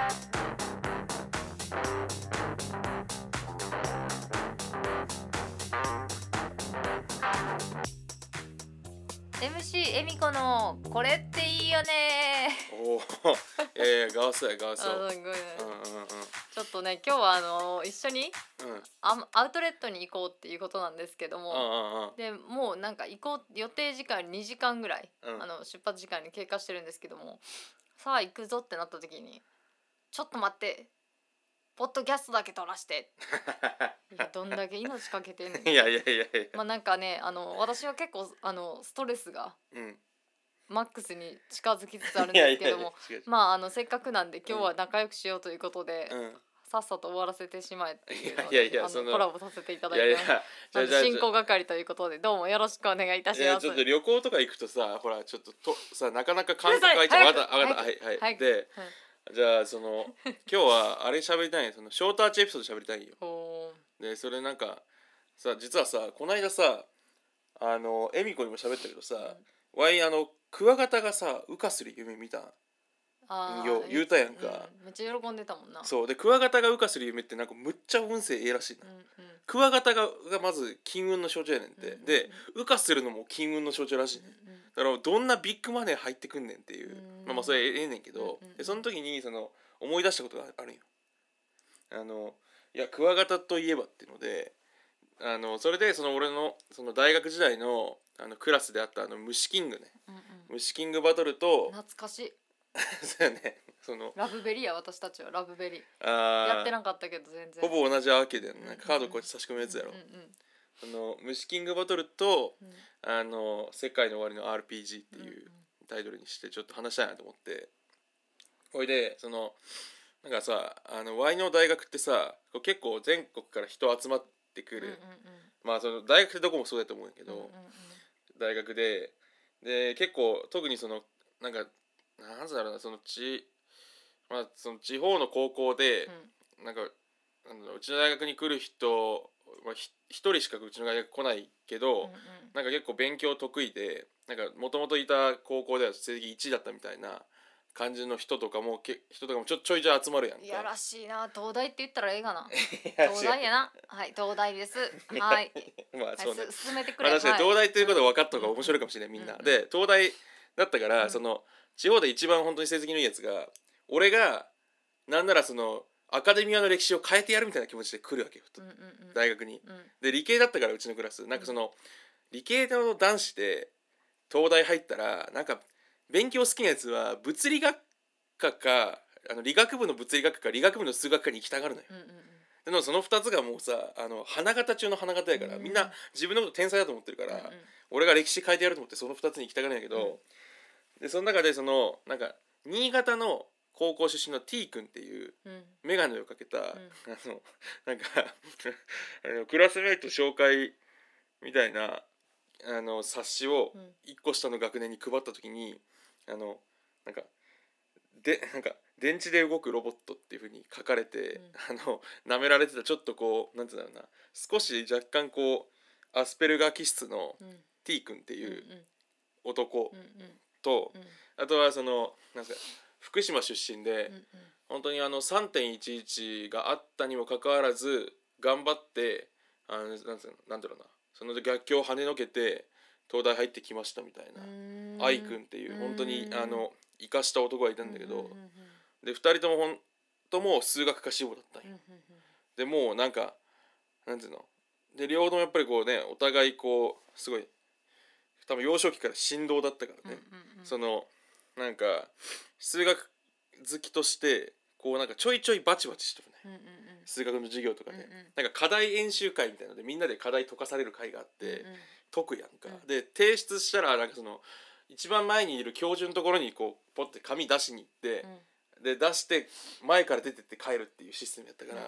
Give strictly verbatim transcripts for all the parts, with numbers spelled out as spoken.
エムシー エミコのこれっていいよねおお、えー、ガースやガース。 あ、すごいね。 うんうんうん。 ちょっとね、今日はあの一緒にうんアアウトレットに行こうっていうことなんですけどうんも、 うんうん。 でもうなんか行こう予定時間にじかんぐらい、 うんあの出発時間に経過してるんですけども、さあ行くぞってなった時にちょっと待って、ポッドキャストだけ撮らしていやどんだけ命かけてんねんいやいやいやいや。 まあなんかね、あの私は結構あのストレスがうん。 マックスに近づきつつあるんいやいやいやですけども、 違う違う。 まああのせっかくなんで今日は仲良くしようということで、 うん。 さっさと終わらせてしまえっていうのいやいやいであやそののコラボさせていただいやいやいてます。 じゃあじゃあ進行係ということでどうもよろしくお願いいたしいやます。 ちょっと旅行とか行くとさ、ほらちょっととさなかなか感覚うるさい空いちゃう。わか早くったわかった。はいはい。 早くで、 うんじゃあその今日はあれ喋りたいよ。そのショートアーチエピソード喋りたいよ。 ほでそれなんかさ、実はさこの間さ、あのエミコにも喋ったけどさ、わいあのクワガタがさ羽化する夢見たあよ言うたやんか、 うん、めっちゃ喜んでたもんな。 そうでクワガタが羽化する夢ってなんかむっちゃ運勢ええらしいな、 うんうんクワガタががまず金運の象徴やねんって、 うんうんうん、 で羽化するのも金運の象徴らしいね、 うんうん、 だからどんなビッグマネー入ってくんねんっていう、 うんまあまあそれええねんけど、 うんうんうん、 でその時にその思い出したことがあるんよ。あのいやクワガタといえばっていうので、あのそれでその俺のその大学時代のあのクラスであったあの虫キングね、 うんうん、 虫キングバトルと懐かしいそうやね、そのラブベリーや私たちはラブベリーあやってなかったけど全然ほぼ同じアーケードやんな、 うんうんうん、 カードこうやって差し込むやつやろ、 うんうんその虫キングバトルと、 うん、 あの世界の終わりの アールピージー っていうタイトルにしてちょっと話したいなと思って、これでそのなんかさ、あの Y の大学ってさ結構全国から人集まってくる、 うんうんうん、 まあその大学ってどこもそうだと思うんやけど、 うんうんうん、 大学でで結構特にそのなんかなんだろうな、その地まあその地方の高校で、うん、なんかなんだろう、うちの大学に来る人まあ、一人しかうちの大学来ないけど、うんうん、なんか結構勉強得意で、なんかもともといた高校では成績いちいだったみたいな感じの人とかもけ人とかもちょちょいちょい集まるやんか。 いやらしいな、東大って言ったらええがな東大やな、はい、東大ですはいまあそうね、 はい、進めてくれ、 まあ、確かに東大っていうことが分かった方が面白いかもしれない、みんな、うんうん、で東大だったから、うん、その地方で一番本当に成績のいいやつが俺がなんならそのアカデミアの歴史を変えてやるみたいな気持ちで来るわけよ、うんうんうん、大学に、うん、で理系だったからうちのクラスなんかその、うん、理系の男子で東大入ったらなんか勉強好きなやつは物理学科かあの理学部の物理学科か理学部の数学科に行きたがるのよ、うんうんうん、でもそのふたつがもうさあの花形中の花形やから、うん、みんな自分のこと天才だと思ってるから、うんうん、俺が歴史変えてやると思ってそのふたつに行きたがるんやけど、うん、でその中でそのなんか新潟の高校出身の T 君っていうメガネをかけた、うん、あのなんかあのクラスメイト紹介みたいなあの冊子をいっこ下の学年に配った時に、あのなんかでなんか電池で動くロボットっていう風に書かれて、うん、あの舐められてたちょっとこうなんていうんだろうな、少し若干こうアスペルガー気質の T 君っていう男と、うんうん、あとはそのなんか福島出身で、うんうん、本当にあの さんてんいちいち があったにもかかわらず頑張ってあのなんていうのなんだろうな、その逆境を跳ねのけて東大入ってきましたみたいな愛くんっていう本当にあの生かした男がいたんだけど、でふたりともほんとも数学科志望だったんよ。でもうなんかなんていうので両方ともやっぱりこうねお互いこうすごい多分幼少期から神童だったからね、うんうんうん、そのなんか数学好きとしてこうなんかちょいちょいバチバチしてるね、うんうんうん、数学の授業とかで、うんうん、なんか課題演習会みたいなのでみんなで課題解かされる会があって、うんうん、解くやんか、うん、で提出したらなんかその一番前にいる教授のところにこうポッて紙出しに行って、うん、で出して前から出てって帰るっていうシステムやったから、うん、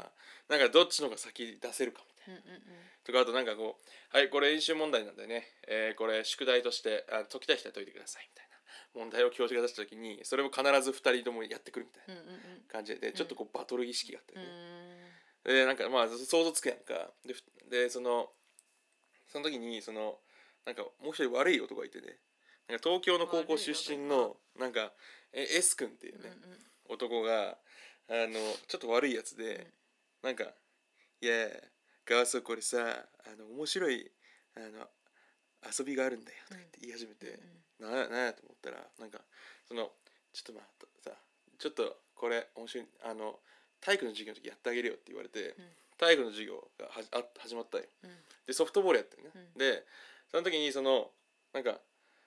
なんかどっちのが先出せるかみたいな、うんうんうん、とかあとなんかこうはいこれ演習問題なんでね、えー、これ宿題としてあ解きたい人は解いてくださいみたいな問題を教授が出した時にそれを必ずふたりともやってくるみたいな感じで、ちょっとこうバトル意識があったりね、うん、でなんかまあ想像つくやんか で, でそのその時にそのなんかもう一人悪い男がいてね、なんか東京の高校出身のなんか S 君っていうね、うんうん、男があのちょっと悪いやつで、なんかいやガーソーこれさあの面白いあの遊びがあるんだよとか言って言い始めて、うん、ななんやと思ったらなんかそのちょっと待ってさちょっとこれ面白いあの体育の授業の時やってあげるよって言われて、うん、体育の授業がはじあ始まったよ、うん、でソフトボールやってるね、うん、でその時にそのなんか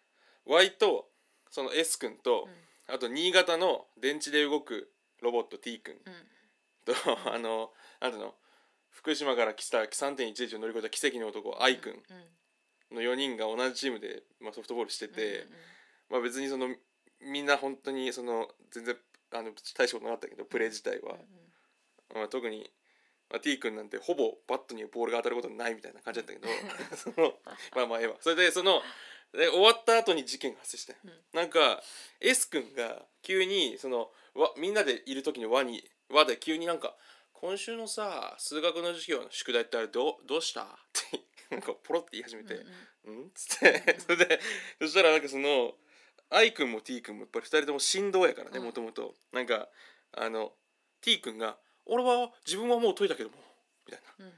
Y とその S 君と、うん、あと新潟の電池で動くロボット T 君と、うん、あのなんていうの福島から来た さんてんいちいち を乗り越えた奇跡の男 I 君のよにんが同じチームで、まあ、ソフトボールしてて、うんうんまあ、別にそのみんな本当にその全然あの大したことなかったけどプレー自体は、うんうんまあ、特に、まあ、T 君なんてほぼバットにボールが当たることないみたいな感じだったけどそのまあまあええわそれでそので終わった後に事件が発生した、うん、なんか S 君が急にそのわみんなでいる時の輪に輪で急になんか今週のさ数学の授業の宿題ってあれどどうしたってなんかポロって言い始めてうん、うん、っつってそれでそしたらなんかその I 君も T 君もやっぱりふたりとも振動やからねもともとなんかあの T 君が俺は自分はもう解いたけどもみたいな、うん、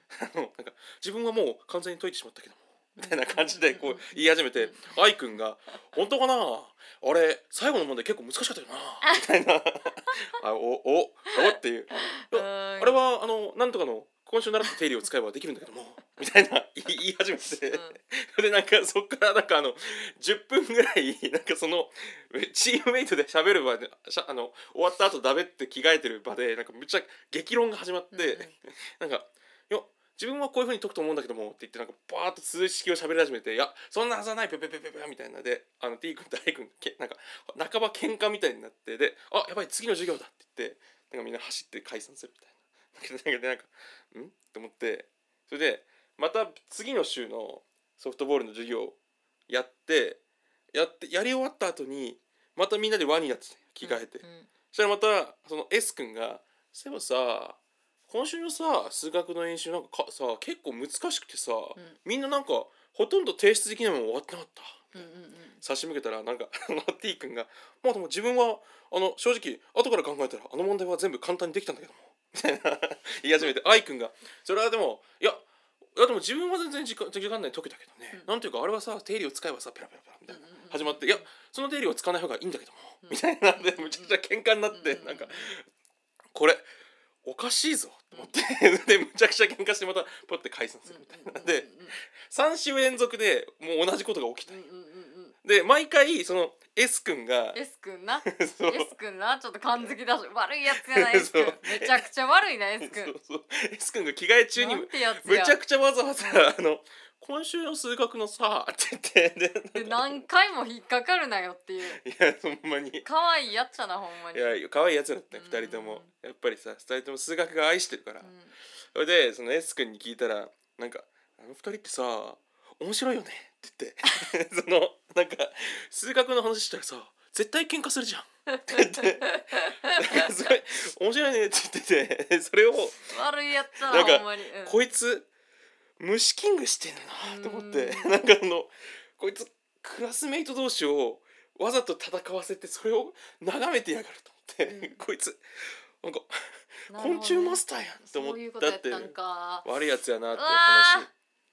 なんか自分はもう完全に解いてしまったけどもみたいな感じでこう言い始めて愛くんが本当かなあれ最後の問題結構難しかったよなみたいなあおおおっていうあれはあのなんとかの今週習った定理を使えばできるんだけどもみたいな言い始めて、うん、それでなんかそっからなんかあのじゅっぷんぐらいなんかそのチームメイトで喋る場であの終わった後だべって着替えてる場でなんかむっちゃ激論が始まって、うんうん、なんかいや自分はこういう風に解くと思うんだけどもって言ってなんかバーッと数式を喋り始めていやそんなはずはないペペペペペみたいなであの T 君と I 君なんか半ば喧嘩みたいになってであやばい次の授業だって言ってなんかみんな走って解散するみたいななんかんと思ってそれでまた次の週のソフトボールの授業やってやってやり終わった後にまたみんなで輪になって着替えて、うんうん、そしたらまたその S 君がそういえばさ今週のさ数学の演習なんかかさ結構難しくてさ、うん、みんななんかほとんど提出できないまま終わってなかった、うんうんうん、差し向けたらなんかT 君がまあでも自分はあの正直後から考えたらあの問題は全部簡単にできたんだけどもみたいな言い始めて I 君がそれはでもいやいやでも自分は全然時間時間内に解けたけどね、うん、なんていうかあれはさ定理を使えばさペラペラペラみたいな、うんうんうん、始まっていやその定理を使わない方がいいんだけども、うん、みたいなんでむちゃくちゃ喧嘩になって、うんうん、なんかこれおかしいぞと思って、うん、でむちゃくちゃ喧嘩してまたポッて解散するみたいな、うん、でさん週連続でもう同じことが起きた、うんうんうん、で毎回その S 君が S 君なS 君なちょっと感づきだし悪いやつやな S 君めちゃくちゃ悪いな S 君そうそう S 君が着替え中にむちゃくちゃわざわざあの今週の数学のさって言ってで何回も引っかかるなよっていういやほんまに可愛いやつやなほんまにいや可愛いやつだったねふたりともやっぱりさふたりとも数学が愛してるから、うん、それでその S 君に聞いたらなんかあのふたりってさ面白いよねって言ってそのなんか数学の話したらさ絶対喧嘩するじゃんって言ってすごい面白いねって言っててそれを悪いやつだなほんまに、 うん、こいつ虫キングしてんなと思ってなんかあのこいつクラスメイト同士をわざと戦わせてそれを眺めてやがると思って、うん、こいつなんか昆虫マスターやんと思ったって悪いやつやなって話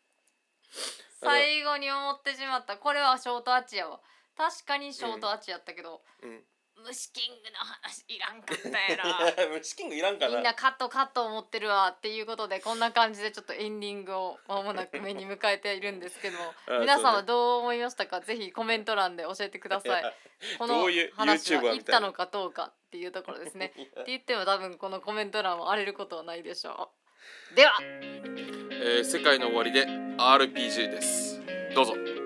最後に思ってしまったこれはショートアッチやわ確かにショートアッチやったけど、うんうん虫キングの話いらんかったやな虫キングいらんかなみんなカットカット思ってるわっていうことでこんな感じでちょっとエンディングを間もなく目に迎えているんですけども皆さんはどう思いましたかぜひコメント欄で教えてくださいこの話は言ったのかどうかっていうところですねって言っても多分このコメント欄は荒れることはないでしょうでは、 えー、世界の終わりで アールピージー ですどうぞ